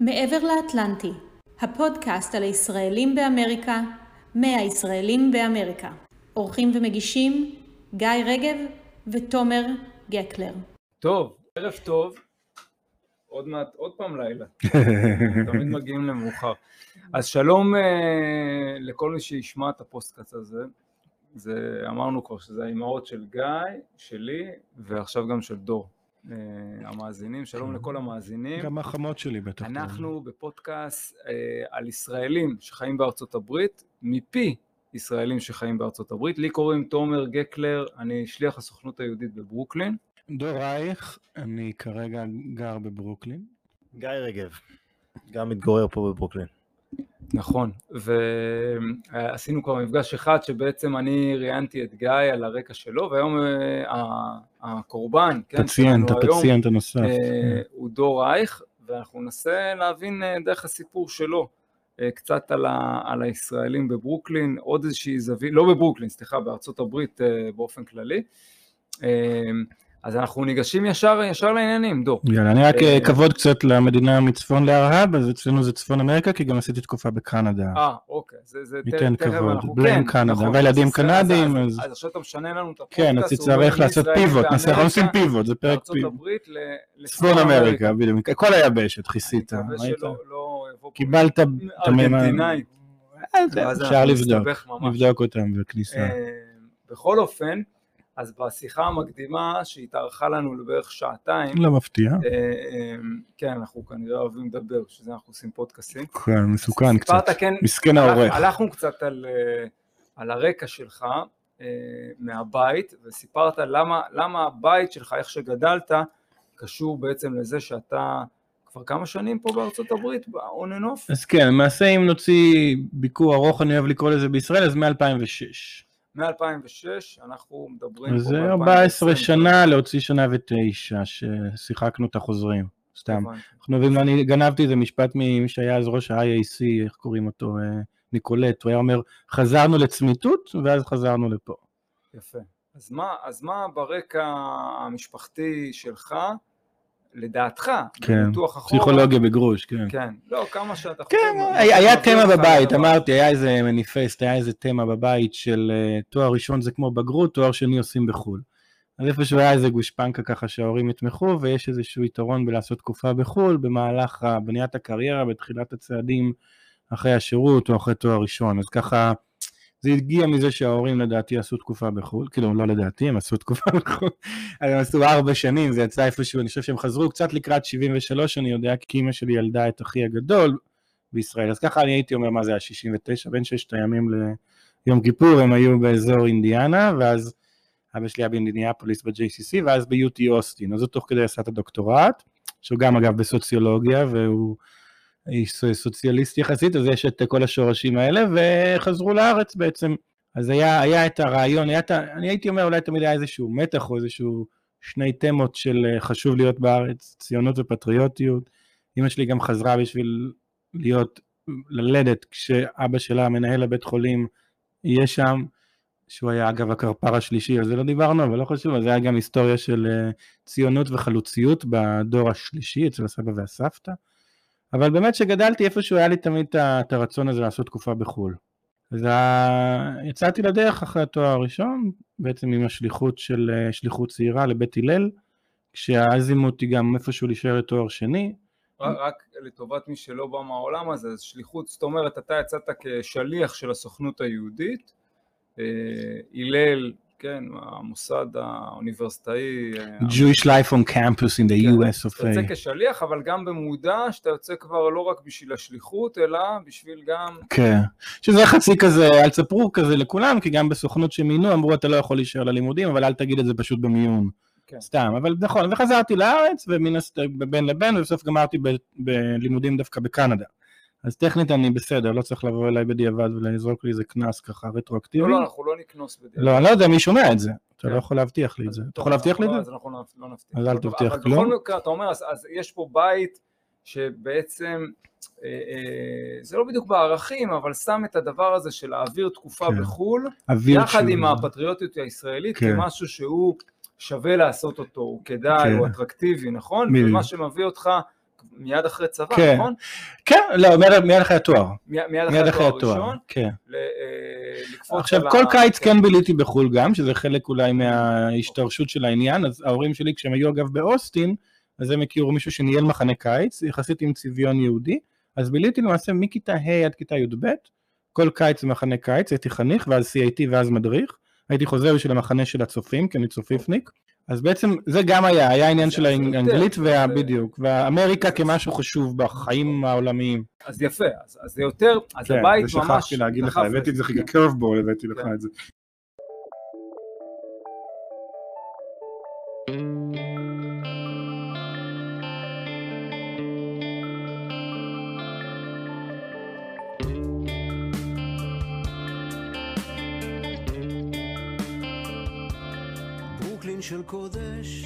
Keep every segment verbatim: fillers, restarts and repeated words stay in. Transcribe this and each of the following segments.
מעבר לאטלנטי, הפודקאסט על הישראלים באמריקה, מהישראלים באמריקה. אורחים ומגישים, גיא רגב ותומר גקלר. טוב, ערב טוב. עוד מעט, עוד פעם לילה. תמיד מגיעים למאוחר. אז שלום uh, לכל מי שישמע את הפודקאסט הזה. זה, אמרנו כבר שזה האימהות של גיא, שלי, ועכשיו גם של דור. Uh, המאזינים, שלום לכל המאזינים. גם החמות שלי בטח. אנחנו בפודקאסט uh, על ישראלים שחיים בארצות הברית, מפי ישראלים שחיים בארצות הברית. לי קוראים תומר גקלר, אני שליח הסוכנות היהודית בברוקלין. דור רייך, אני כרגע גר בברוקלין. גיא רגב, גם מתגורר פה בברוקלין. נכון, ועשינו כבר מפגש אחד שבעצם אני ראיינתי את גיא על הרקע שלו, והיום הקורבן, אתה ציין, אתה ציין את הנושא. הוא דור רייך, ואנחנו ננסה להבין דרך הסיפור שלו, קצת על, ה, על הישראלים בברוקלין, עוד איזושהי זווית, לא בברוקלין, סליחה, בארצות הברית באופן כללי. אז אנחנו ניגשים ישר, ישר לעניינים, דור. יאללה, אני רק כבוד קצת למדינה מצפון להרהב, אז אצלנו זה צפון אמריקה, כי גם עשיתי תקופה בקנדה. אה, אוקיי, זה, זה ניתן כבוד, בליים קנדה, והילדים קנדים, אז עכשיו אתה משנה לנו את הפודקאסט. כן, אז תצטרך לעשות פיבוט, אנחנו עושים פיבוט, זה פרק פיבוט. צפון אמריקה, בדיוק, הכל היבשת, חיסית. אני מקווה שלא יבוא פה. קיבלת ארגנטינאי. אפשר לבדוק, לבדוק אותם בכניסה. בכל אופן, אז בשיחה המקדימה שהתארכה לנו לבערך שעתיים, לא מפתיע. כן, אנחנו כנראה אוהבים לדבר, שזה אנחנו עושים פודקאסים. כן, מסוכן קצת, מסכן העורך. הלכנו קצת על, על הרקע שלך מהבית, וסיפרת למה, למה הבית שלך, איך שגדלת, קשור בעצם לזה שאתה כבר כמה שנים פה בארצות הברית, on and off? אז כן, למעשה אם נוציא ביקור ארוך, אני אוהב לקרוא לזה בישראל, אז מ-אלפיים ושש. מ-אלפיים ושש אנחנו מדברים פה זה ארבע עשרה שנה להוציא שנה ותשע ששיחקנו את החוזרים, סתם. אנחנו מבינים, אני גנבתי איזה משפט ממי שהיה אז ראש ה-איי איי סי, איך קוראים אותו, ניקולט, הוא היה אומר, חזרנו לצמיתות ואז חזרנו לפה. יפה. אז מה, אז מה ברקע המשפחתי שלך, לדעתך, כן, פסיכולוגיה בגרוש, כן. כן, לא, כמה שאתה חושב. כן, היה תמה בבית, אמרתי, היה איזה מניפסט, היה איזה תמה בבית של תואר ראשון זה כמו בגרות, תואר שני עושים בחול. אז איפשהו היה איזה גושפנקה ככה שההורים יתמכו, ויש איזשהו יתרון בלעשות תקופה בחול, במהלך בניית הקריירה, בתחילת הצעדים, אחרי השירות או אחרי תואר ראשון. אז ככה, זה הגיע מזה שההורים לדעתי עשו תקופה בחול, כאילו לא לדעתי, הם עשו תקופה בחול, הם עשו ארבע שנים, זה יצא איפשהו, אני חושב שהם חזרו קצת לקראת שבעים ושלוש, אני יודע כי אמא שלי ילדה את אחי הגדול בישראל, אז ככה אני הייתי אומר מה זה היה שישים ותשע, בין ששת הימים ליום כיפור, הם היו באזור אינדיאנה, ואז אבא שלי היה באינדיאנפוליס ב-ג'יי סי סי, ואז ב-יו טי אוסטין, אז הוא תוך כדי עשה את הדוקטורט, שהוא גם אגב בסוציולוגיה, והוא איש סוציאליסט יחסית, אז יש את כל השורשים האלה, וחזרו לארץ בעצם. אז היה, היה את הרעיון, היה את, אני הייתי אומר אולי תמיד היה איזשהו מתח, או איזשהו שני תמות של חשוב להיות בארץ, ציונות ופטריוטיות. אמא שלי גם חזרה בשביל להיות, ללדת, כשאבא שלה, מנהל הבית חולים, יהיה שם, שהוא היה אגב הקרפר השלישי, על זה לא דיברנו, אבל לא חשוב, אז זה היה גם היסטוריה של ציונות וחלוציות, בדור השלישי, אצל הסבא והסבתא. אבל באמת שגדלתי איפשהו היה לי תמיד את הרצון הזה לעשות תקופה בחול. אז יצאתי לדרך אחרי התואר הראשון, בעצם עם השליחות של שליחות צעירה לבית הלל, כשהאזימו אותי גם איפשהו להישאר לתואר שני. רק לטובת מי שלא בא מהעולם הזה, אז שליחות, זאת אומרת, אתה יצאת כשליח של הסוכנות היהודית, הלל, כן, המוסד האוניברסיטאי. Jewish life on campus in the U S of A. אתה יוצא כשליח, אבל גם במודע, שאתה יוצא כבר לא רק בשביל השליחות, אלא בשביל גם... כן, שזה חצי כזה, אל תספרו כזה לכולם, כי גם בסוכנות שמינו, אמרו, אתה לא יכול להישאר ללימודים, אבל אל תגיד את זה פשוט במיון. סתם, אבל נכון, וחזרתי לארץ, ובין לבין, ובסוף גמרתי בלימודים דווקא בקנדה. אז טכנית אני בסדר, לא צריך לבוא אליי בדיעבד ולזרוק לי איזה כנס ככה רטרואקטיבי. לא, לא, אנחנו לא נקנוס בדיעבד. לא, אני לא יודע, מי שומע את זה. אתה לא יכול להבטיח לי את זה. אתה יכול להבטיח לי את זה? אז אנחנו לא נבטיח. אז אל תבטיח כלום. אבל בכל מקרה, אתה אומר, אז יש פה בית שבעצם, זה לא בדיוק בערכים, אבל שם את הדבר הזה של להעביר תקופה בחול, יחד עם הפטריוטיות הישראלית, כמשהו שהוא שווה לעשות אותו, הוא כדאי, הוא אטרקטיבי, נכון? ומה שמביא אותך מיד אחרי צבא, כן. נכון? כן, לא, מיד, מיד אחרי התואר. מיד, מיד אחרי התואר הראשון. כן. ל, לקפוץ עכשיו, על כל ה... קיץ כן. כן ביליתי בחול גם, שזה חלק אולי מההשתרשות של העניין, אז ההורים שלי, כשהם היו אגב באוסטין, אז הם הכירו מישהו שניהל מחנה קיץ, יחסית עם צביון יהודי, אז ביליתי למעשה מכיתה ה' עד כיתה י"ב, כל קיץ במחנה קיץ, הייתי חניך, ואז סי איי טי ואז מדריך, הייתי חוזר בשביל המחנה של הצופים, כי אני צופיפניק, אז בעצם זה גם היה, היה עניין של האנגלית, בדיוק, והאמריקה כמשהו חשוב בחיים העולמיים. אז יפה, אז זה יותר, אז הבית ממש... זה שכחתי להגיד לך, הבאתי את זה חיכה קרבבול, הבאתי לך את זה. של קודש.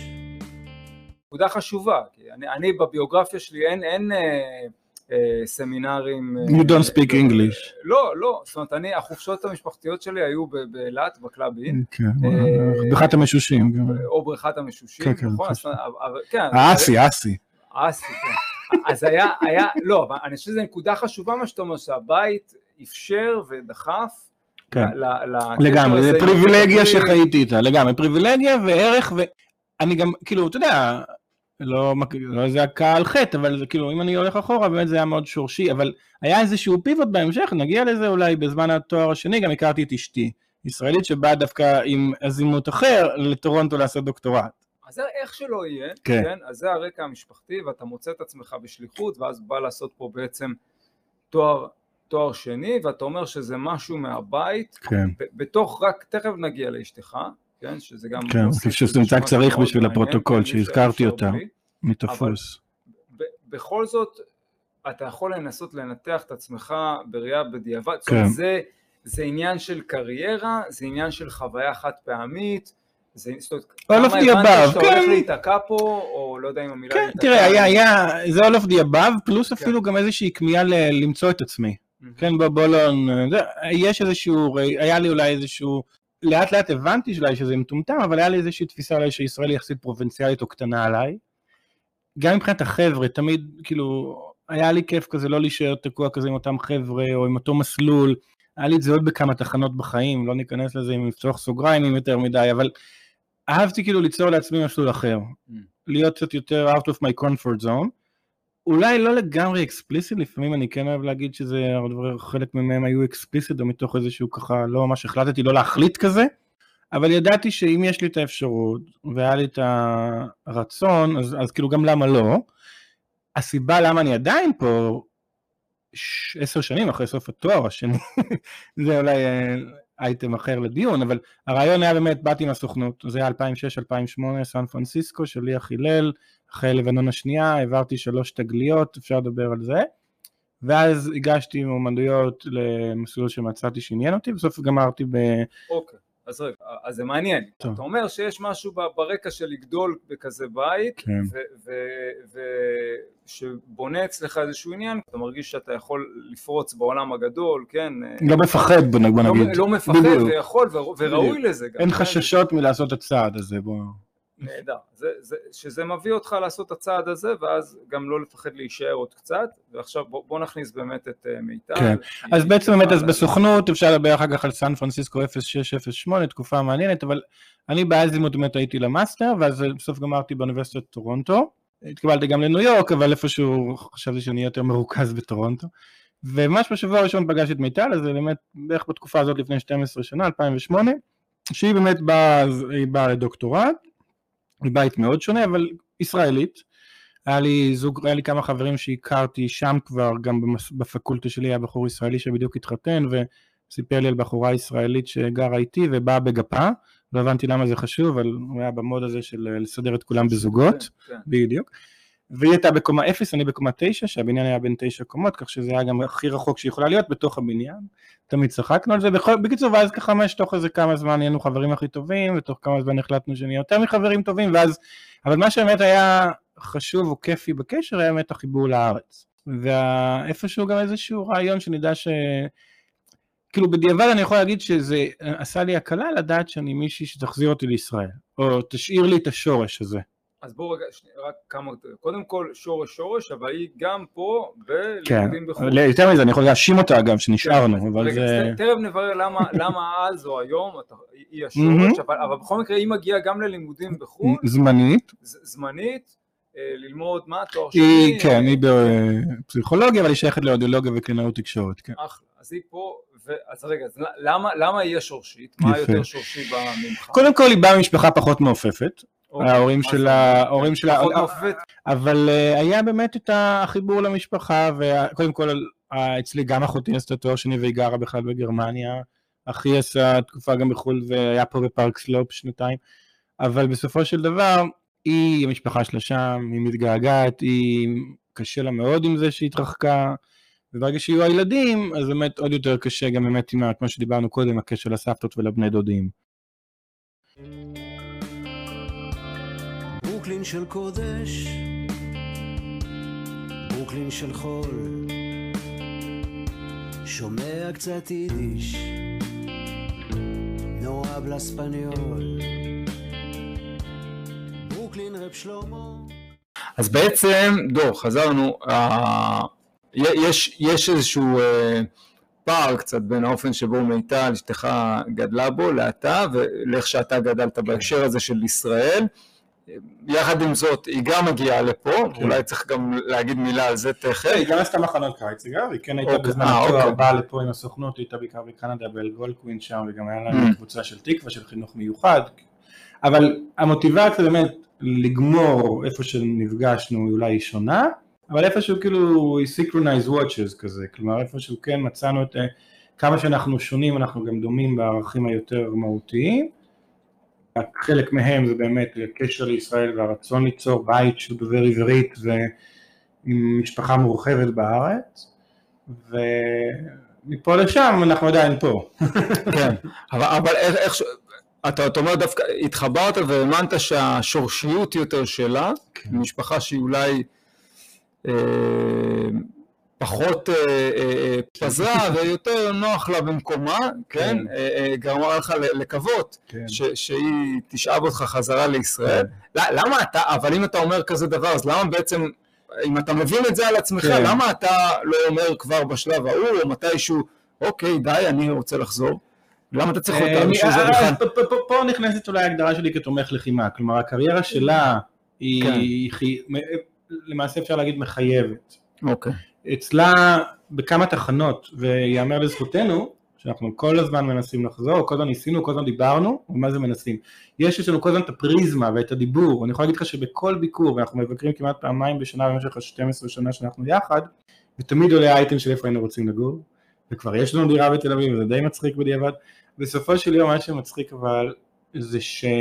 נקודה חשובה, כי אני, אני בביוגרפיה שלי אין, אין אה, אה, סמינרים... You don't speak English. לא, לא, זאת אומרת, אני, החופשות המשפחתיות שלי היו באילת, בקלאבין. כן, בריכת המשושים. או בריכת המשושים, נכון? האסי, האסי. האסי, כן. אז היה, היה, לא, אבל אני חושב שזה נקודה חשובה מה שאתה אומר, שהבית אפשר ודחף, כן, לגמרי, זה פריבילגיה שחייתי איתה, לגמרי, פריבילגיה וערך, ואני גם, כאילו, אתה יודע, לא זה הקהל חטא, אבל זה כאילו, אם אני הולך אחורה, באמת זה היה מאוד שורשי, אבל היה איזשהו פיבוט בהמשך, נגיע לזה אולי בזמן התואר השני, גם הכרתי את אשתי, ישראלית שבאה דווקא עם הזימות אחר, לטורונטו לעשות דוקטורט. אז זה איך שלא יהיה, כן, אז זה הרקע המשפחתי, ואתה מוצא את עצמך בשליחות, ואז בא לעשות פה בעצם תואר, תואר שני, ואתה אומר שזה משהו מהבית, כן. בתוך רק, תכף נגיע לאשתך, כן, שזה גם... כן, שזה נמצא צריך בשביל הפרוטוקול, שהזכרתי אותה, מתפוס. בכל זאת, אתה יכול לנסות לנתח את עצמך בראייה בדיעבד, כן. זה, זה עניין של קריירה, זה עניין של חוויה חד פעמית, זה, זאת אומרת, כמה הבנת שאתה הולך להיתקע פה, או לא יודע אם המילה כן, להיתקע. תראה, היה, היה, זה all of the above, פלוס אפילו גם איזושהי כמיהה למצוא את עצמי. כן, בוא לא, יש איזשהו, היה לי אולי איזשהו, לאט לאט הבנתי שאולי שזה מטומטם, אבל היה לי איזושהי תפיסה אולי שישראל יחסית פרובינציאלית או קטנה עליי. גם מבחינת החבר'ה, תמיד, כאילו, היה לי כיף כזה לא להישאר תקוע כזה עם אותם חבר'ה, או עם אותו מסלול, היה לי את זה עוד בכמה תחנות בחיים, לא ניכנס לזה עם לפתוח סוגריים עם יותר מדי, אבל אהבתי כאילו ליצור לעצמי מסלול אחר, להיות קצת יותר out of my comfort zone, אולי לא לגמרי אקספליסיט, לפעמים אני כן אוהב להגיד שזה, חלק מהם היו אקספליסיט, או מתוך איזשהו ככה, לא ממש החלטתי לא להחליט כזה, אבל ידעתי שאם יש לי את האפשרות, והיה לי את הרצון, אז, אז כאילו גם למה לא, הסיבה למה אני עדיין פה, ש... עשר שנים אחרי סוף התואר השני, זה אולי אייטם אחר לדיון, אבל הרעיון היה באמת, באתי מהסוכנות, זה היה אלפיים ושש אלפיים ושמונה, סן פרנסיסקו, שליח הלל, אחרי לבנון השנייה, העברתי שלוש תגליות, אפשר לדבר על זה, ואז הגשתי מועמדויות למסלול שמצאתי שעניין אותי, בסוף גמרתי ב... אוקיי, אז רגע, אז זה מעניין, טוב. אתה אומר שיש משהו ברקע של לגדול בכזה בית, כן. ושבונה אצלך איזשהו עניין, אתה מרגיש שאתה יכול לפרוץ בעולם הגדול, כן? לא מפחד, בוא נגיד. לא, לא מפחד ויכול וראוי לזה גם. אין חששות מלעשות את הצעד הזה, בוא... נהדר, זה, זה, שזה מביא אותך לעשות את הצעד הזה, ואז גם לא לפחד להישאר עוד קצת, ועכשיו בוא, בוא נכניס באמת את uh, מיטל. כן. אז בעצם באמת, אז בסוכנות אפשר לדבר אחר כך על סן פרנסיסקו אפס שש אפס שמונה, תקופה מעניינת, אבל אני באזימוט באמת הייתי למאסטר, ואז בסוף גמרתי באוניברסיטת טורונטו, התקבלתי גם לניו יורק, אבל איפשהו חשבתי שאני יותר מרוכז בטורונטו, וממש בשבוע הראשון פגשתי את מיטל, אז זה באמת בערך בתקופה הזאת לפני שתים עשרה שנה, אלפיים ושמונה, שהיא באמת באה, היא באה לדוקטורט, מבית מאוד שונה, אבל ישראלית. היה לי זוג, היה לי כמה חברים שהכרתי שם כבר, גם בפקולטה שלי היה בחור ישראלי שבדיוק התחתן, וסיפר לי על בחורה ישראלית שגרה איתי, ובאה בגפה, לא הבנתי למה זה חשוב, אבל הוא היה במוד הזה של לסדר את כולם בזוגות, בדיוק. והיא הייתה בקומה אפס, אני בקומה תשע, שהבניין היה בין תשע קומות, כך שזה היה גם הכי רחוק שיכולה להיות בתוך הבניין, תמיד צחקנו על זה, בקיצור, ואז ככה ממש תוך איזה כמה זמן נהיינו חברים הכי טובים, ותוך כמה זמן החלטנו שנהיה יותר מחברים טובים, ואז, אבל מה שבאמת היה חשוב או כיפי בקשר, היה באמת החיבור לארץ, ואיפשהו גם איזשהו רעיון שנדע ש... כאילו בדיעבד אני יכול להגיד שזה עשה לי הקלה לדעת שאני מישהי שתחזיר אותי לישראל, או תשאיר לי את השורש הזה. אז בואו רגע, רק כמה, קודם כל שורש שורש, אבל היא גם פה בלימודים בחו"ל. כן, יותר מזה, אני יכול להאשים אותה אגב, שנשארנו, אבל זה... תכף נברר למה אז או היום היא השורש, אבל בכל מקרה היא מגיעה גם ללימודים בחו"ל. זמנית. זמנית, ללמוד מה, תואר שני. כן, היא בפסיכולוגיה, אבל היא שייכת לאודיולוגיה וקלינאות תקשורת. אחלה, אז היא פה, אז רגע, למה היא השורשית? מה יותר שורשי בממך? קודם כל היא באה ממשפחה פחות מעופפת. ההורים שלה, ההורים שלה, אבל היה באמת את החיבור למשפחה, וקודם כל אצלי גם אחותי עשתה תואר שני והיא גרה בכלל בגרמניה, אחי עשה תקופה גם בחו"ל והיה פה בפארק סלופ שנתיים, אבל בסופו של דבר היא, המשפחה שלה שם, היא מתגעגעת, היא קשה לה מאוד עם זה שהיא התרחקה, וברגע שיהיו הילדים, אז באמת עוד יותר קשה גם באמת עם, כמו שדיברנו קודם, הקשר לסבתות ולבני דודים. ברוקלין של קודש, ברוקלין של חול, שומע קצת יידיש, no habla español, ברוקלין רב שלמה. אז בעצם, דור, חזרנו, יש, יש איזשהו פער קצת בין האופן שבו מיטל, אשתך גדלה בו, לאתה, ולאיך שאתה גדלת בהקשר הזה של ישראל. יחד עם זאת, היא גם מגיעה לפה, אולי צריך גם להגיד מילה על זה תכף. היא גם עשתה מחנות קיץ, אגב, היא כן הייתה בזמן התואר, באה לפה עם הסוכנות, היא הייתה בעיקר בקנדה, באלגולקווין שם, וגם היה לה קבוצה של תקווה, של חינוך מיוחד, אבל המוטיבציה באמת לגמור איפה שנפגשנו היא אולי שונה, אבל איפשהו כאילו היא synchronized watches כזה, כלומר איפשהו כן מצאנו את כמה שאנחנו שונים, אנחנו גם דומים בערכים היותר מהותיים, חלק מהם זה באמת הקשר לישראל והרצון ליצור בית שהוא דובר עברית ועם משפחה מורחבת בארץ, ומפה לשם אנחנו עדיין פה. כן, אבל, אבל איך, איך, אתה, אתה אומר דווקא, התחברת והאמנת שהשורשיות יותר שלה, כן. משפחה שהיא אולי אה, פחות אה, אה, פזרה ויותר נוח לה במקומה, כן, כן. אה, אה, גרמה לך לקוות, כן. ש, שהיא תשאב אותך חזרה לישראל. כן. למה אתה, אבל אם אתה אומר כזה דבר, אז למה בעצם, אם אתה מבין את זה על עצמך, כן. למה אתה לא אומר כבר בשלב ההוא, או מתישהו, אוקיי, די, אני רוצה לחזור? למה אתה צריך אותה? פה נכנסת אולי ההגדרה שלי כתומך לחימה, כלומר הקריירה שלה היא למעשה אפשר להגיד מחייבת. אוקיי. אצלה בכמה תחנות, ויאמר לזכותנו, שאנחנו כל הזמן מנסים לחזור, כל הזמן ניסינו, כל הזמן דיברנו, ומה זה מנסים. יש לנו כל הזמן את הפריזמה ואת הדיבור, אני יכול להגיד לך שבכל ביקור, ואנחנו מבקרים כמעט פעמיים בשנה במשך ה-שתים עשרה שנה שאנחנו יחד, ותמיד עולה האייטם של איפה היינו רוצים לגור, וכבר יש לנו דירה בתל אביב, וזה די מצחיק בדיעבד. בסופו של יום מה שמצחיק אבל זה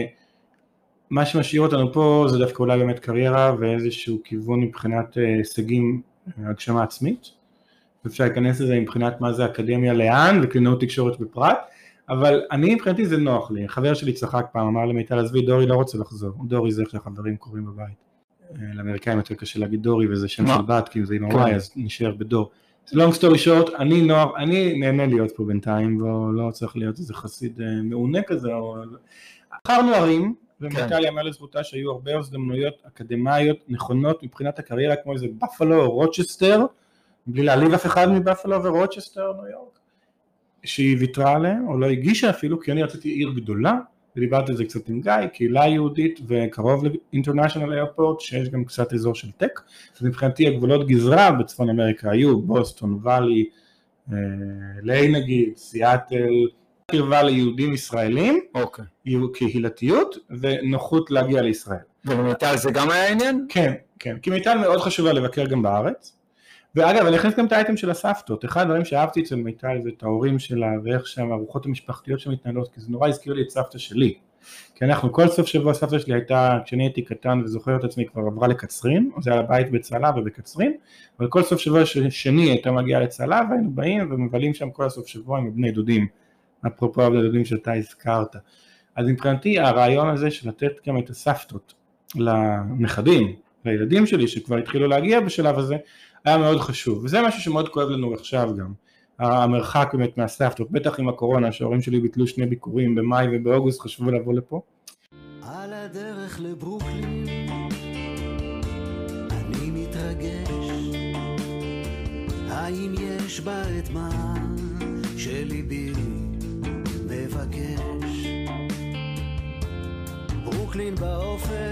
שמה שמשאיר אותנו פה זה דווקא אולי באמת קריירה ואיזשהו כיוון מבחינת הישגים, הגשמה עצמית, ואפשר להיכנס לזה מבחינת מה זה אקדמיה לאן וקלינאות תקשורת בפרט, אבל אני מבחינתי זה נוח לי, חבר שלי צחק פעם, אמר למיטל עזבי, דורי לא רוצה לחזור, דורי זה איך שהחברים קוראים בבית, לאמריקאים יותר קשה להגיד דורי וזה שם של בת, כי זה עם הוואי אז נשאר בדור. long story short, אני נוער, אני נהנה להיות פה בינתיים, ולא צריך להיות איזה חסיד מעונה כזה, אחר נוערים, ומיטל יאמר לזכותה שהיו הרבה הזדמנויות אקדמיות נכונות מבחינת הקריירה, כמו איזה בפלו או רוצ'סטר, בלי להעליב אף אחד מבפלו ורוצ'סטר, ניו יורק, שהיא ויתרה עליהם, או לא הגישה אפילו, כי אני רציתי עיר גדולה, ודיברתי על זה קצת עם גיא, קהילה יהודית וקרוב לאינטרנשיונל איירפורט, שיש גם קצת אזור של טק, אז מבחינתי הגבולות גזרה בצפון אמריקה היו בוסטון, ואלי, ליי נגיד, סיאטל, קרבה ליהודים ישראלים, אוקיי. קהילתיות ונוחות להגיע לישראל. ולמיטל זה גם היה העניין? כן, כן, כי מיטל מאוד חשובה לבקר גם בארץ, ואגב, אני אכנס גם את האייטם של הסבתות, אחד הדברים שאהבתי אצל מיטל זה את ההורים שלה, ואיך שם הארוחות המשפחתיות שמתנהלות, כי זה נורא הזכיר לי את סבתא שלי, כי אנחנו כל סוף שבוע סבתא שלי הייתה, כשאני הייתי קטן וזוכר את עצמי כבר עברה לקצרין, זה היה בית בצהלה ובקצרין, אבל כל סוף שבוע שני הייתה מגיעה לצהלה, והיינו באים ומבלים שם כל הסוף שבוע עם בני דודים, אפרופו הבני דודים שאתה הזכרת, אז מבחינתי הרעיון הזה של לתת גם את הסבתות לנכדים, לילדים שלי שכבר התחילו להגיע בשלב הזה, היה מאוד חשוב, וזה משהו שמאוד כואב לנו עכשיו גם, המרחק באמת מהסבתות, בטח עם הקורונה, שההורים שלי ביטלו שני ביקורים במאי ובאוגוסט, חשבו לבוא לפה. על הדרך לברוקלין, מתרגש, האם יש בה את מה שליבי מבקש? ברוקלין באופק.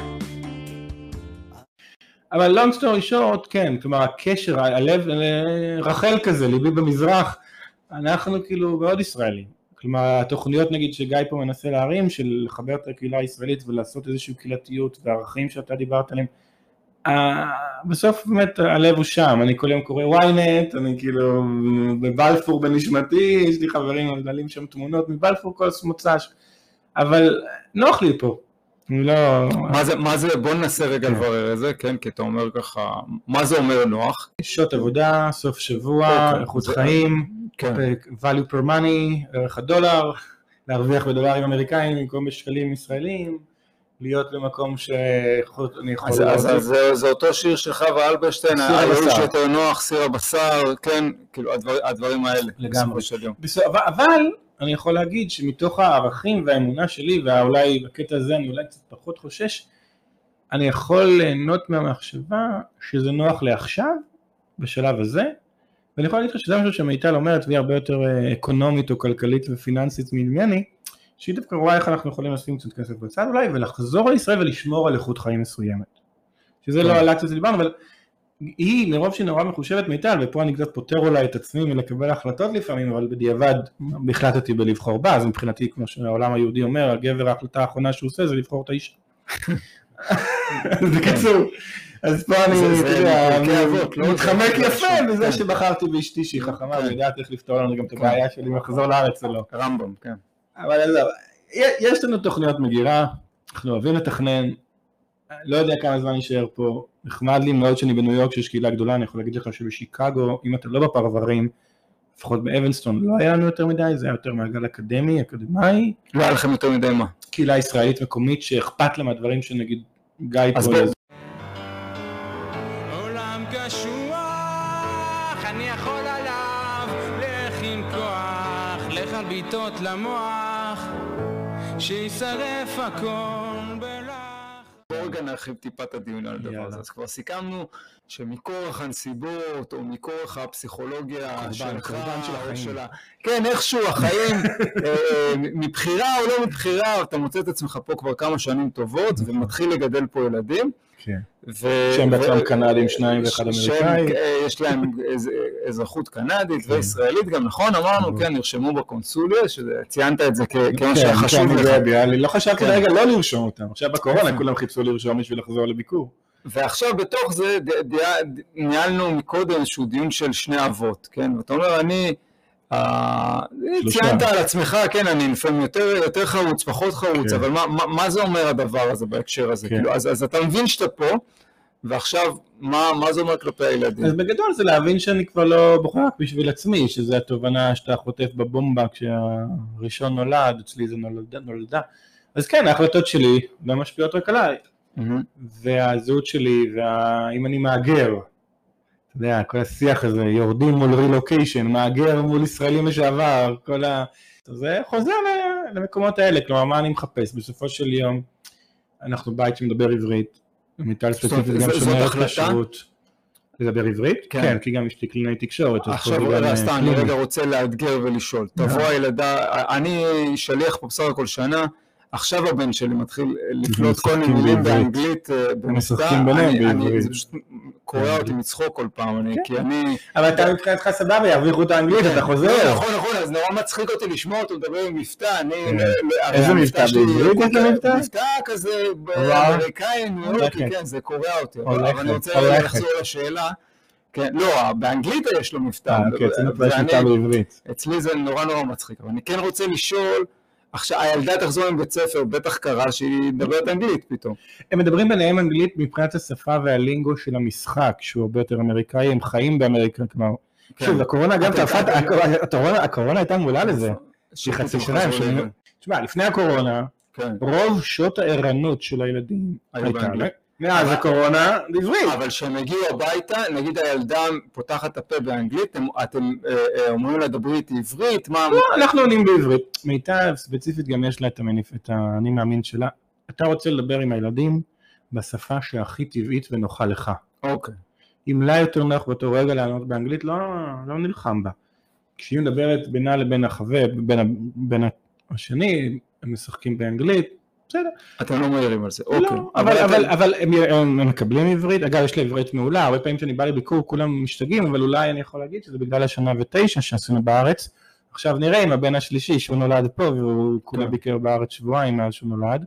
אבל long story short, כן, כלומר הקשר, הלב, רחל כזה, ליבי במזרח, אנחנו כאילו מאוד ישראלים. כלומר התוכניות נגיד שגיא פה מנסה להרים, של לחבר את הקהילה הישראלית ולעשות איזושהי קהילתיות והערכים שאתה דיברת עליהם, בסוף באמת הלב הוא שם, אני כל יום קורא וויינט, אני כאילו בבלפור בנשמתי, יש לי חברים מלאים שם תמונות מבלפור כל מוצ"ש, אבל נוח לי פה. לא... מה זה, מה זה, בוא ננסה רגע לברר את זה, כן, כי אתה אומר ככה, מה זה אומר נוח? שעות עבודה, סוף שבוע, איכות חיים, value per money, ערך הדולר, להרוויח בדולרים אמריקאים במקום בשקלים ישראלים, להיות במקום שאני יכול... אז זה אותו שיר של חווה אלברשטיין, היום שיותר נוח, סיר הבשר, כן, כאילו הדברים האלה. לגמרי. אבל אני יכול להגיד שמתוך הערכים והאמונה שלי, ואולי בקטע הזה אני אולי קצת פחות חושש, אני יכול ליהנות מהמחשבה שזה נוח לעכשיו, בשלב הזה, ואני יכול להגיד לך שזה משהו שמיטל אומרת, והיא הרבה יותר אקונומית או כלכלית ופיננסית ממני, שהיא דווקא רואה איך אנחנו יכולים לשים קצת כסף בצד אולי, ולחזור לישראל ולשמור על איכות חיים מסוימת. שזה לא עלה קצת דיברנו, אבל היא מרוב שהיא נורא מחושבת מיטל, ופה אני קצת פותר אולי את עצמי מלקבל החלטות לפעמים, אבל בדיעבד החלטתי בלבחור בה, אז מבחינתי כמו שהעולם היהודי אומר, הגבר ההחלטה האחרונה שהוא עושה זה לבחור את האישה. בקיצור, אז פה אני מתחמק יפה בזה שבחרתי באשתי שהיא חכמה, וידעת איך לפתור לנו גם את הבעיה שלי מחזור לארץ או לא. רמב"ם, כן. אבל יש לנו תוכניות מגירה, אנחנו אוהבים לתכנן, לא יודע כמה זמן נשאר פה, נחמד לי מאוד שאני בניו יורק שיש קהילה גדולה, אני יכול להגיד לך שבשיקגו, אם אתה לא בפרברים, לפחות באבנסטון, לא היה לנו יותר מדי, זה היה יותר מעגל אקדמי, אקדמאי. לא היה לכם יותר מדי מה? קהילה ישראלית מקומית שאכפת לה מהדברים שנגיד גיא פה. עולם קשוח, אני יכול עליו, לך עם כוח, לך על ביטות למוח, שישרף הכל בלח. בואו רגע נרחיב טיפה את הדיון על הדבר הזה. אז כבר סיכמנו שמכורח הנסיבות, או מכורח הפסיכולוגיה שלך, או שלה, כן, איכשהו החיים, מבחירה או לא מבחירה, אתה מוצא את עצמך פה כבר כמה שנים טובות, ומתחיל לגדל פה ילדים. שהם בעצם קנדים, שניים ואחד אמריקאי. יש להם אזרחות קנדית וישראלית, גם נכון, אמרנו, כן, נרשמו בקונסוליה, שציינת את זה כמה שחשוב לך. לא חשבתי רגע לא לרשום אותם, עכשיו בקורונה כולם חיפשו לרשום בשביל לחזור לביקור. ועכשיו בתוך זה ניהלנו מקודם איזשהו דיון של שני אבות, כן, ואתה אומר, אני... ציינת על עצמך, כן, אני לפעמים יותר חרוץ, פחות חרוץ, אבל מה זה אומר הדבר הזה בהקשר הזה? אז אתה מבין שאתה פה, ועכשיו מה זה אומר כלפי הילדים? אז בגדול זה להבין שאני כבר לא בוחר רק בשביל עצמי, שזה התובנה שאתה חוטף בבומבה כשהראשון נולד, אצלי זה נולדה. אז כן, ההחלטות שלי לא משפיעות רק עליי, והזהות שלי, ואם אני מאגר, אתה יודע, כל השיח הזה, יורדים מול רילוקיישן, מאגר מול ישראלים לשעבר, כל ה... זה חוזר למקומות האלה, כלומר, מה אני מחפש? בסופו של יום, אנחנו בית שמדבר עברית, מיטל ספציפית גם שומרת לשירות. לדבר עברית? כן, כי גם יש לי קלינאי תקשורת. עכשיו, רסטה, אני רגע רוצה לאתגר ולשאול. תבוא הילדה, אני שליח פה בסך הכל שנה, עכשיו הבן שלי מתחיל לפלוט כל מיני מילים באנגלית במסתה, זה פשוט קורא אותי מצחוק כל פעם, כי אני... אבל אתה מבחינתך סבבה, ירוויחו את האנגלית, אתה חוזר. נכון, נכון, אז נורא מצחיק אותי לשמוע אותו מדבר עם מבטא, אני... איזה מבטא? בעברית איזה מבטא? מבטא כזה באמריקאי, ניו יורקי, כן, זה קורא אותי, אבל אני רוצה לחזור לשאלה, לא, באנגלית יש לו מבטא, אצלי זה נורא נורא מצחיק, אבל אני כן רוצה לשאול, עכשיו, הילדה תחזור עם בית ספר, בטח קרה שהיא מדברת אנגלית פתאום. הם מדברים ביניהם אנגלית מבחינת השפה והלינגו של המשחק, שהוא הרבה יותר אמריקאי, הם חיים באמריקה, כלומר. שוב, הקורונה גם תפת, הקורונה הייתה מולה לזה. שהיא חצי שנה. תשמע, לפני הקורונה, רוב שעות הערנות של הילדים הייתה, מאז הקורונה, בעברית. אבל כשהם הגיעו הביתה, נגיד הילדה פותחת את הפה באנגלית, אתם אומרים לה דברי איתי עברית, מה... לא, אנחנו עונים בעברית. מיטב, ספציפית גם יש לה את אני מאמין שלה. אתה רוצה לדבר עם הילדים בשפה שהכי טבעית ונוחה לך. אוקיי. אם לה יותר נוח באותו רגע לענות באנגלית, לא, לא נלחם בה. כשהיא מדברת בינה לבין החבר, בין, בין השני, הם משחקים באנגלית, בסדר. אתם לא מעירים על זה, לא, אוקיי. אבל, אבל, אבל הם, הם מקבלים עברית, אגב יש לי עברית מעולה, הרבה פעמים שאני בא לביקור כולם משתגעים, אבל אולי אני יכול להגיד שזה בגלל השנה ותשע שעשינו בארץ, עכשיו נראה עם הבן השלישי שהוא נולד פה, והוא כולה ביקר בארץ שבועיים מאז שהוא נולד.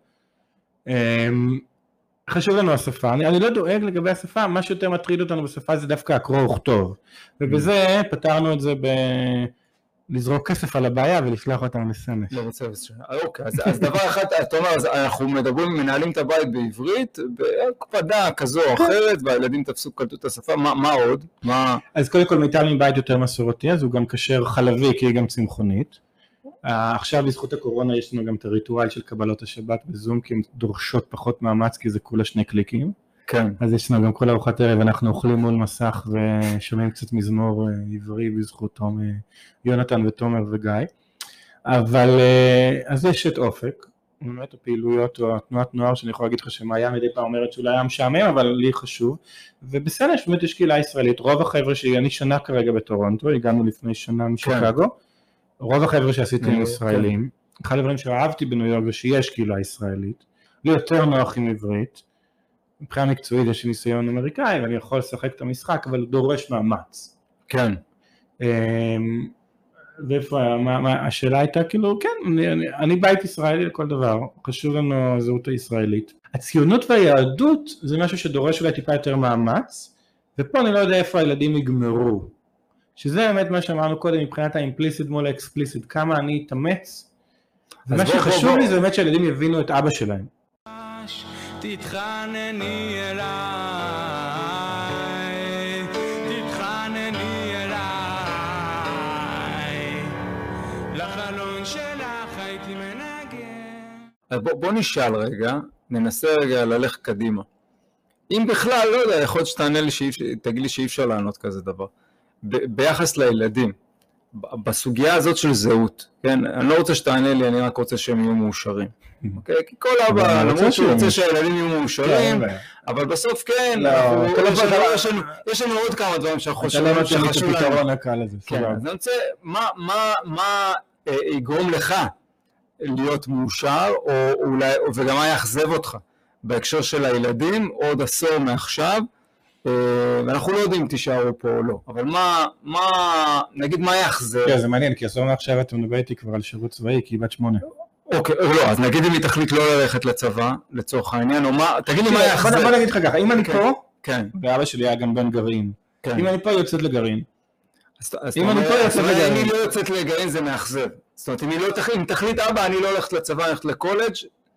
חשוב לנו השפה, אני, אני לא דואג לגבי השפה, מה שיותר מטריד אותנו בשפה זה דווקא הקרוא וכתוב, ובזה פתרנו את זה ב... לזרוק כסף על הבעיה ולשלוח אותם לסמש. לא רוצה בסדר. אוקיי, אז, אז דבר אחד, אתה אומר, אז אנחנו מדברים, מנהלים את הבית בעברית, בהקפדה כזו או אחרת, והילדים תפסו קלטו את השפה, מה, מה עוד? מה... אז קודם כל מיטל מבית יותר מסורתי, אז הוא גם כשר חלבי, כי היא גם צמחונית. עכשיו בזכות הקורונה יש לנו גם את הריטואל של קבלות השבת בזום, כי הן דורשות פחות מאמץ, כי זה כולה שני קליקים. כן. אז יש לנו גם כל ארוחת ערב, אנחנו אוכלים מול מסך ושומעים קצת מזמור עברי בזכות יונתן ותומר וגיא. אבל אז יש את אופק, באמת הפעילויות או התנועת נוער שאני יכול להגיד לך שמאיה מדי פעם אומרת שאולי היה משעמם, אבל לי חשוב. ובסדר, באמת יש קהילה ישראלית, רוב החבר'ה שאני שנה כרגע בטורונטו, הגענו לפני שנה משיקגו, רוב החבר'ה שעשיתי הם ישראלים. אחד הדברים שאהבתי בניו יורק זה שיש קהילה ישראלית, לי יותר נוח עם עברית, מבחינה מקצועית יש ניסיון אמריקאי, ואני יכול לשחק את המשחק, אבל הוא דורש מאמץ. כן. ואיפה, מה, מה, השאלה הייתה כאילו, כן, אני, אני, אני בית ישראלי לכל דבר, חשוב לנו הזהות הישראלית. הציונות והיהדות זה משהו שדורש אולי טיפה יותר מאמץ, ופה אני לא יודע איפה הילדים יגמרו. שזה באמת מה שאמרנו קודם, מבחינת האימפליסיט מול האקספליסיט, כמה אני אתאמץ, ומה שחשוב לי זה באמת שהילדים יבינו את אבא שלהם. תתחנני אליי, תתחנני אליי, לחלון שלך הייתי מנגן. אז בוא, בוא נשאל רגע, ננסה רגע ללכת קדימה. אם בכלל, לא יודע, יכול להיות שתענה לי, תגיד לי שאי אפשר לענות כזה דבר. ב- ביחס לילדים, בסוגיה הזאת של זהות, כן? אני לא רוצה שתענה לי, אני רק רוצה שהם יהיו מאושרים. אוקיי? כי כל אבא, למרות שהוא רוצה שהילדים יהיו מאושרים, אבל בסוף כן, יש לנו עוד כמה דברים שחשוב לנו. אתה לא נותן לי את הפתרון הקל הזה. כן, אז אני רוצה, מה יגרום לך להיות מאושר, וגם מה יאכזב אותך בהקשר של הילדים, עוד עשור מעכשיו, ואנחנו לא יודעים אם תישארו פה או לא, אבל מה, מה, נגיד מה יאכזב? כן, זה מעניין, כי עשור מעכשיו אתה מדבר איתי כבר על שירות צבאי, כי היא בת שמונה. אוקיי, לא, אז נגיד אם היא תחליט לא ללכת לצבא, לצורך העניין, או מה, תגיד לי מה יאכזב. בוא נגיד לך ככה, אם אני פה, כן. ואבא שלי היה גם בן גרעין, אם אני פה יוצאת לגרעין. אם אני פה יוצאת לגרעין. אם היא לא יוצאת לגרעין זה מאכזב. זאת אומרת, אם תחליט אבא, אני לא הולכת לצבא, אני הולכת לקולג'.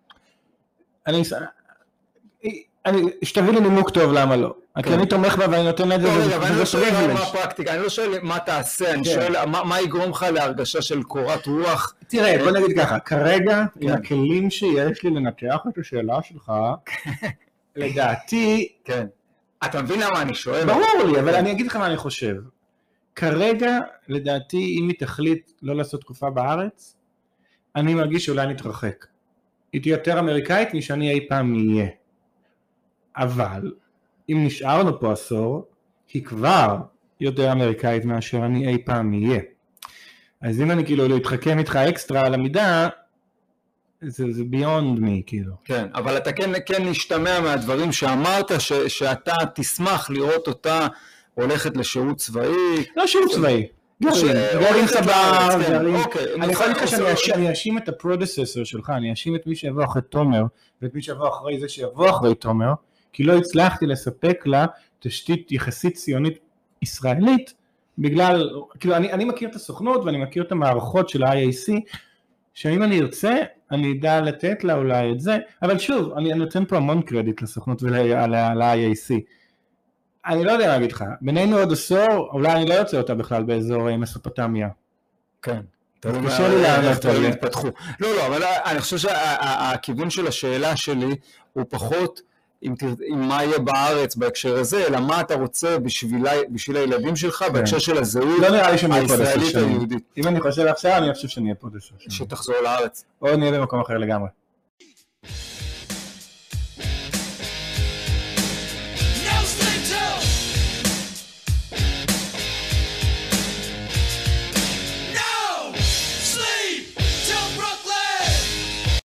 אני, שתביא לי נימוק טוב למה לא. כי אני תומך בה ואני נותן לה את זה. אני לא שואל מה הפרקטיקה, אני לא שואל מה תעשה, אני שואל מה יגרום לך להרגשה של קורת רוח. תראה, בוא נגיד ככה, כרגע, עם הכלים שיש לי לנתח את השאלה שלך, לדעתי... כן. אתה מבין למה אני שואל? ברור לי, אבל אני אגיד לך מה אני חושב. כרגע, לדעתי, אם היא תחליט לא לעשות תקופה בארץ, אני מרגיש שאולי נתרחק. היא תהיה יותר אמריקאית משאני אי פעם יהיה. אבל אם נשארנו פה עשור, היא כבר יותר אמריקאית מאשר אני אי פעם יהיה. אז אם אני כאילו לא אתחכם איתך אקסטרה על המידה, זה, זה beyond me כאילו. כן, אבל אתה כן, כן נשתמע מהדברים שאמרת, ש, שאתה תשמח לראות אותה הולכת לשירות צבאי. לא שירות צבאי. גרעין, גרעין סבא, גרעין. אני יכול להגיד לך שאני אשים את הפרודססור שלך, אני אשים את מי שיבוא אחרי תומר, ואת מי שיבוא אחרי זה שיבוא אחרי תומר, כי לא הצלחתי לספק לה תשתית יחסית ציונית ישראלית, בגלל, כאילו אני, אני מכיר את הסוכנות ואני מכיר את המערכות של ה-איי איי סי, שאם אני ארצה, אני אדע לתת לה אולי את זה, אבל שוב, אני נותן פה המון קרדיט לסוכנות ול-איי איי סי. אני לא יודע מה להגיד לך, בינינו עוד עשור, אולי אני לא יוצא אותה בכלל באזור מסופוטמיה. כן. קשה לי לענות על זה. לא, לא, אבל אני חושב שהכיוון של השאלה שלי הוא פחות עם מה יהיה בארץ בהקשר הזה, אלא מה אתה רוצה בשביל הילדים שלך בהקשר של הזהות הישראלית היהודית. אם אני חושב עכשיו, אני חושב שאני אהיה פה עשר שנים. שתחזור לארץ. או נהיה במקום אחר לגמרי.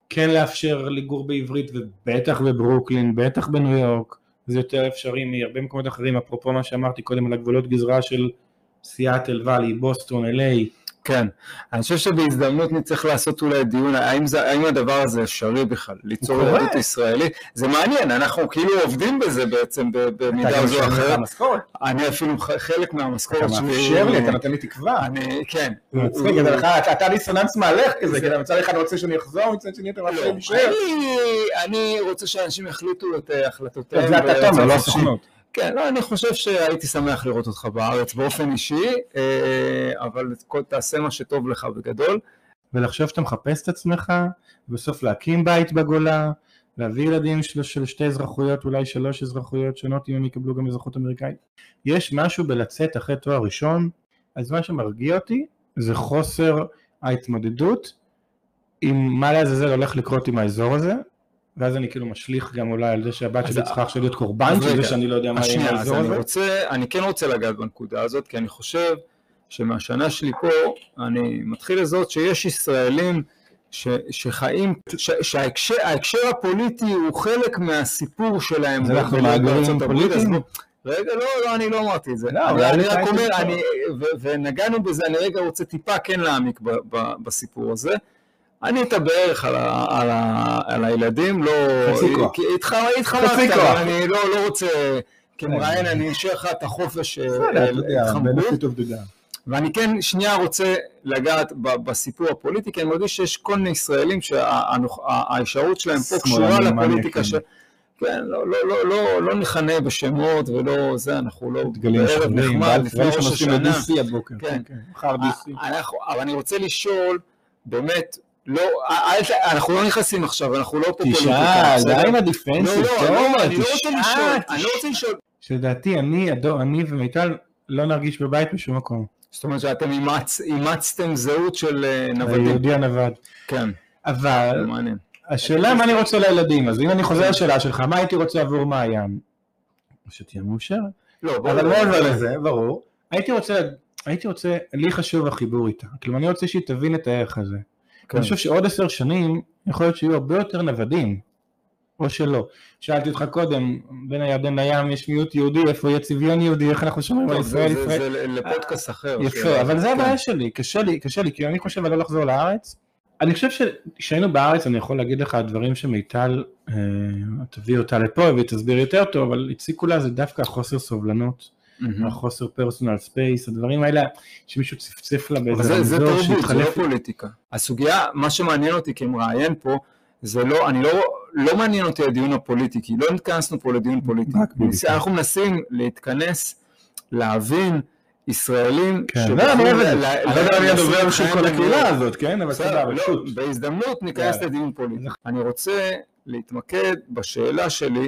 כן לאפשר לגור בעברית, ובטח בברוקלין, בטח בניו יורק, זה יותר אפשרי מהרבה מקומות אחרים, אפרופו מה שאמרתי קודם על הגבולות גזרה של סיאטל, ואלי, בוסטון, אל איי. כן, אני חושב שבהזדמנות נצטרך לעשות אולי דיון, האם, זה, האם הדבר הזה אפשרי בכלל, ליצור יהדות ישראלי, זה מעניין, אנחנו כאילו עובדים בזה בעצם במידה זו אחרת, אני אפילו חלק מהמשכורת שלי, אתה מאפשר לי, אתה נותן לי תקווה, אני, כן, מצחיק, אתה דיסוננס מהלך כזה, כי מצד אחד אני רוצה שאני אחזור, מצד שני אתה מאפשר להישאר. אני רוצה שאנשים יחליטו את החלטותיהם, זה אתה תומר, לא הסוכנות. כן, לא, אני חושב שהייתי שמח לראות אותך בארץ באופן אישי, אבל תעשה מה שטוב לך בגדול. ולחשוב שאתה מחפש את עצמך, ובסוף להקים בית בגולה, להביא ילדים של, של שתי אזרחויות, אולי שלוש אזרחויות שונות, אם הם יקבלו גם אזרחות אמריקאית. יש משהו בלצאת אחרי תואר ראשון, אז מה שמרגיע אותי, זה חוסר ההתמודדות, עם מה לעזאזל הולך לקרות עם האזור הזה, ואז אני כאילו משליך גם אולי על זה שהבת שלי צריכה עכשיו להיות קורבן של זה שאני לא יודע מה יהיה האזור הזה. רוצה, אני כן רוצה לגעת בנקודה הזאת, כי אני חושב שמהשנה שלי פה אני מתחיל לזאת שיש ישראלים ש, שחיים, ש, שההקשר, ההקשר הפוליטי הוא חלק מהסיפור שלהם. אז אנחנו מאגרים פוליטיים? רגע, לא, לא, אני לא אמרתי את זה. לא, אני, אני רק אומר, אני, ו, ונגענו בזה, אני רגע רוצה טיפה כן להעמיק ב, ב, בסיפור הזה. אני איתה בערך על, ה, על, ה, על הילדים, לא... איתך התחמקת, אבל אני לא, לא רוצה, כמראיין, אני אשאר לך את החופש התחמקות. ואני כן שנייה רוצה לגעת בסיפור הפוליטי, כי אני מרגיש שיש כל מיני ישראלים שההישארות שלהם פה קשורה לפוליטיקה של... כן, לא, לא, לא, לא, לא נכנה בשמות ולא זה, אנחנו לא... דגלים שחורים, לפני ראש השנה. די סי הבוקר. כן, מחר די סי. אבל אני רוצה לשאול, באמת, לא, אנחנו לא נכנסים עכשיו, אנחנו לא פה פוליטיקה. תשאל, די עם הדיפנסים. לא, לא, אני לא רוצה לשאול, אני לא רוצה לשאול. שלדעתי, אני, אני ומיטל לא נרגיש בבית בשום מקום. זאת אומרת שאתם אימצתם זהות של נוודים. היהודי הנווד. כן. אבל, השאלה מה אני רוצה לילדים, אז אם אני חוזר לשאלה שלך, מה הייתי רוצה עבור מעיין? שתהיה מאושרת. לא, ברור. אבל מעבר לזה, ברור. הייתי רוצה, הייתי רוצה, לי חשוב החיבור איתה. כלומר, אני רוצה שהיא תבין את הערך הזה. אני חושב שעוד עשר שנים, יכול להיות שיהיו הרבה יותר נוודים, או שלא. שאלתי אותך קודם, בין הירדן לים יש מיעוט יהודי, איפה יהיה צביון יהודי, איך אנחנו שומעים על ישראל? זה לפודקאסט אחר. יפה, אבל זה הבעיה שלי, קשה לי, קשה לי, כי אני חושב על לא לחזור לארץ. אני חושב שכשהיינו בארץ, אני יכול להגיד לך דברים שמיטל, תביא אותה לפה ותסביר יותר טוב, אבל הציקו לה זה דווקא חוסר סובלנות, החוסר פרסונל ספייס, הדברים האלה שמישהו צפצף לה באיזה רמזור. זה תרבות, זה לא פוליטיקה. הסוגיה, מה שמעניין אותי כמראיין פה, זה לא, אני לא, לא מעניין אותי הדיון הפוליטי, כי לא נתכנסנו פה לדיון פוליטי. אנחנו מנסים להתכנס, להבין ישראלים, לא, אני אוהב את זה. אני לא יודע אני הדובר של כל הקהילה הזאת, כן? אבל סבבה, פשוט. בהזדמנות ניכנס לדיון פוליטי. אני רוצה להתמקד בשאלה שלי,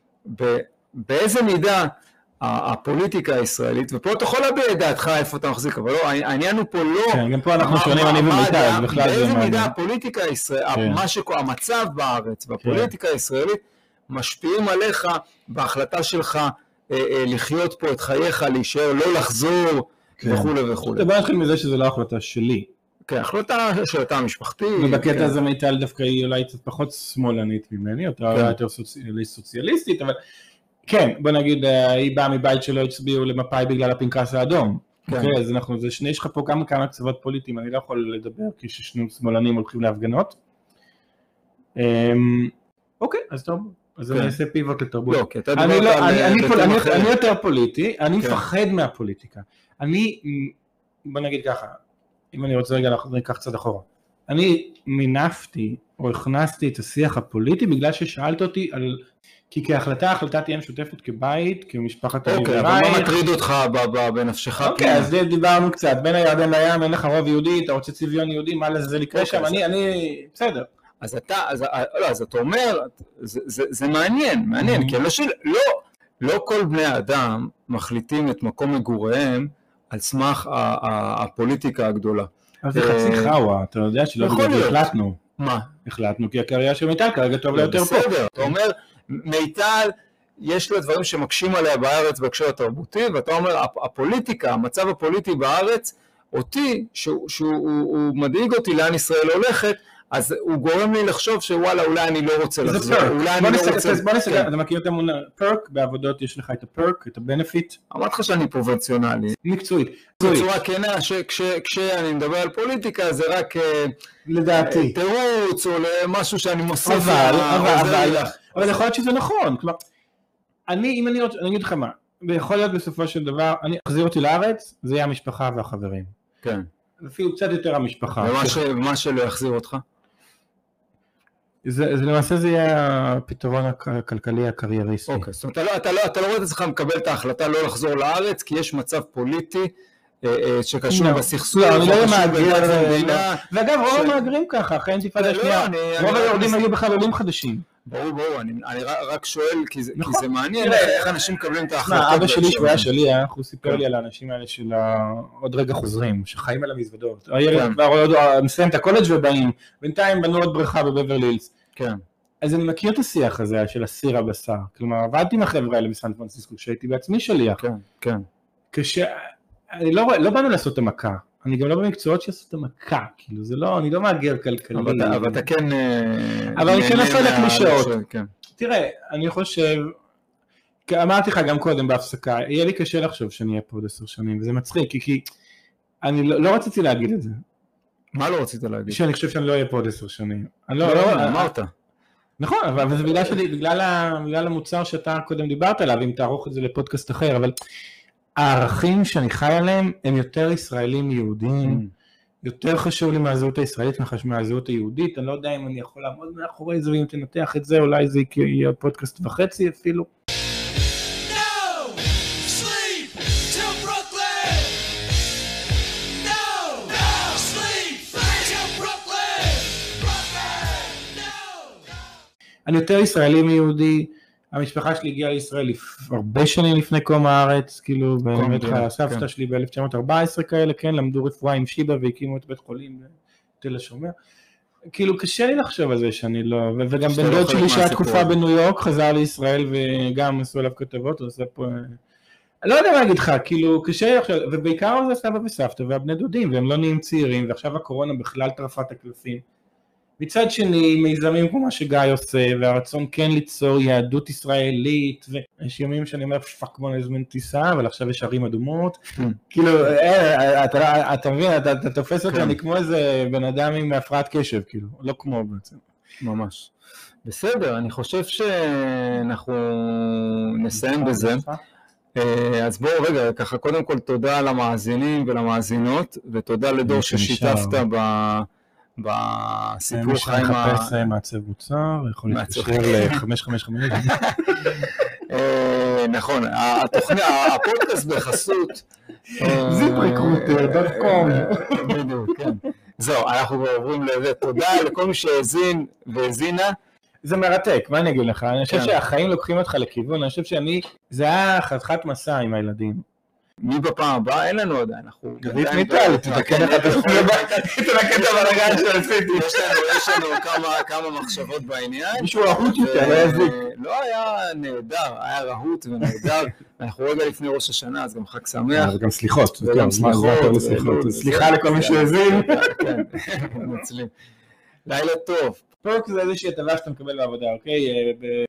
באיזה מידה הפוליטיקה הישראלית, ופה אתה יכול להביע את דעתך איפה אתה מחזיק, אבל לא, העניין הוא פה לא... כן, גם פה אנחנו שונים, אני ומיטל, בכלל זה באיזה מידה הפוליטיקה הישראלית, המצב בארץ והפוליטיקה הישראלית, משפיעים עליך בהחלטה שלך לחיות פה את חייך, להישאר, לא לחזור וכו' וכו'. אתה בא נתחיל מזה שזה לא החלטה שלי. כן, החלטה של התא המשפחתי. ובקטע הזה מיטל דווקא היא אולי קצת פחות שמאלנית ממני, אותה יותר סוציאליסטית, אבל כן, בוא נגיד, היא באה מבית שלא הצביעו למפאי בגלל הפנקס האדום. אוקיי, אז אנחנו, זה שני, יש לך פה כמה כמה קצוות פוליטיים, אני לא יכול לדבר כי ששני שמאלנים הולכים להפגנות. אוקיי, אז טוב. אז אני אעשה פיבוט לתרבות. לא, כי אתה דיברת על... אני יותר פוליטי, אני מפחד מהפוליטיקה. אני, בוא נגיד ככה, אם אני רוצה רגע לקח קצת אחורה, אני מינפתי או הכנסתי את השיח הפוליטי בגלל ששאלת אותי על... כי כהחלטה, ההחלטה תהיה משותפת כבית, כמשפחת הליברייך. אוקיי, אבל מה מטריד אותך בנפשך? אוקיי, אז דיברנו קצת, בין הירדן לים, אין לך רוב יהודי, אתה רוצה צביון יהודי, מה לזה לקרוא שם, אני, בסדר. אז אתה, אז, לא, אז אתה אומר, זה, זה, זה מעניין, מעניין, כי לא, לא, לא כל בני האדם מחליטים את מקום מגוריהם על סמך הפוליטיקה הגדולה. אז זה חצי חווה, אתה יודע שלא בגלל זה החלטנו. מה? החלטנו כי הקריירה של מיטל כרגע טוב לה יותר פה. בסדר, אתה אומר, מיטל, יש לה דברים שמקשים עליה בארץ בהקשר התרבותי, ואתה אומר, הפוליטיקה, המצב הפוליטי בארץ, אותי, שהוא, שהוא הוא מדאיג אותי לאן ישראל הולכת, אז הוא גורם לי לחשוב שוואלה, אולי אני לא רוצה לחזור, אולי אני לא רוצה... בוא נסגר, אתה מכיר את המונח פרק, בעבודות יש לך את הפרק, את הבנפיט. אמרתי לך שאני פרובנציונלי. מקצועית. בצורה כנה, כשאני מדבר על פוליטיקה, זה רק לדעתי. תירוץ, או למשהו שאני מוסיף. אבל, אבל, אבל יכול להיות שזה נכון. כלומר, אני, אם אני רוצה, אני אגיד לך מה, ויכול להיות בסופו של דבר, אני אחזיר אותי לארץ, זה יהיה המשפחה והחברים. כן. אפילו קצת יותר המשפחה. ומה שלא יחזיר אותך? זה, זה למעשה זה יהיה הפתרון הכלכלי הקרייריסטי. אוקיי, זאת אומרת, אתה לא, אתה לא, אתה לא רואה את עצמך מקבל את ההחלטה לא לחזור לארץ, כי יש מצב פוליטי שקשור בסכסוך. לא, אני לא מאגר, ואגב, רוב המאגרים ככה, אחרי אינתיפאדה השנייה, רוב היורדים היו בכלל עולים חדשים. ברור, ברור, אני רק שואל, כי זה מעניין, איך אנשים מקבלים את ההחלטות. אבא שלי שהוא היה שליח, הוא סיפר לי על האנשים האלה של עוד רגע חוזרים, שחיים על המזוודות. הילד כבר מסיים את הקולג' ובאים, בינתיים בנו עוד בריכה בבברלי הילס. כן. אז אני מכיר את השיח הזה של הסיר הבשר, כלומר, עבדתי עם החבר'ה האלה בסן פרנסיסקו, שהייתי בעצמי שליח. כן, כן. כש... אני לא, לא באנו לעשות את המכה, אני גם לא במקצועות שעשו את המכה, כאילו זה לא, אני לא מאגר כלכלי. אבל, אבל אתה כן... אבל אני כן עושה לקלישאות. כן. תראה, אני חושב, אמרתי לך גם קודם בהפסקה, יהיה לי קשה לחשוב שאני אהיה פה עוד עשר שנים, וזה מצחיק, כי, כי אני לא, לא רציתי להגיד את זה. מה לא רצית להגיד? שאני חושב שאני לא אהיה פה עוד עשר שנים. אני לא, לא, לא, אמרת. נכון, אבל זה בגלל שלי, בגלל, ה, בגלל המוצר שאתה קודם דיברת עליו, אם תערוך את זה לפודקאסט אחר, אבל הערכים שאני חי עליהם הם יותר ישראלים יהודים, יותר חשוב לי מהזהות הישראלית מהזהות היהודית, אני לא יודע אם אני יכול לעמוד מאחורי זה, ואם תנתח את זה, אולי זה יהיה פודקאסט וחצי אפילו. אני יותר ישראלי מיהודי, המשפחה שלי הגיעה לישראל הרבה שנים לפני קום הארץ, כאילו באמת הסבתא שלי ב-אלף תשע מאות וארבע עשרה כאלה, כן, למדו רפואה עם שיבא והקימו את בית חולים בתל השומר, כאילו קשה לי לחשוב על זה שאני לא, וגם בן דוד שלי שהיה תקופה בניו יורק, חזר לישראל וגם עשו עליו כתבות, עושה פה, אני לא יודע מה להגיד לך, כאילו קשה לי לחשוב, ובעיקר זה סבא וסבתא והבני דודים, והם לא נהיים צעירים, ועכשיו הקורונה בכלל טרפה את הקלפים. מצד שני, מיזמים כמו מה שגיא עושה, והרצון כן ליצור יהדות ישראלית, ויש ימים שאני אומר, פאק בוא נזמין טיסה, אבל עכשיו יש ערים אדומות, כאילו, אתה מבין, אתה תופס אותי, אני כמו איזה בן אדם עם הפרעת קשב, כאילו, לא כמו בעצם. ממש. בסדר, אני חושב שאנחנו נסיים בזה. אז בואו רגע, ככה קודם כל תודה למאזינים ולמאזינות, ותודה לדור ששיתפת ב... בסיפור חיים... מי שמחפש מעצב מוצר, יכול להתקשר ל-חמש חמש חמש. נכון, הפודקאסט בחסות... זיפ ריקרוטר דוט קום. בדיוק, כן. זהו, אנחנו עוברים לזה. תודה לכל מי שהאזין והאזינה. זה מרתק, מה אני אגיד לך? אני חושב שהחיים לוקחים אותך לכיוון, אני חושב שאני... זה היה חתיכת מסע עם הילדים. מי בפעם הבאה? אין לנו עדיין, אנחנו... גבית מיטל, תתקן את הבלגן שעשיתי. יש לנו כמה מחשבות בעניין. מישהו רהוט יותר, לא יזיק. לא, היה נהדר, היה רהוט ונהדר. אנחנו רגע לפני ראש השנה, אז גם חג שמח. וגם סליחות. וגם סליחות. סליחה לכל מי שהזין. כן, נצלים. לילה טוב. פרק זה איזושהי הטבה שאתה מקבל בעבודה, אוקיי?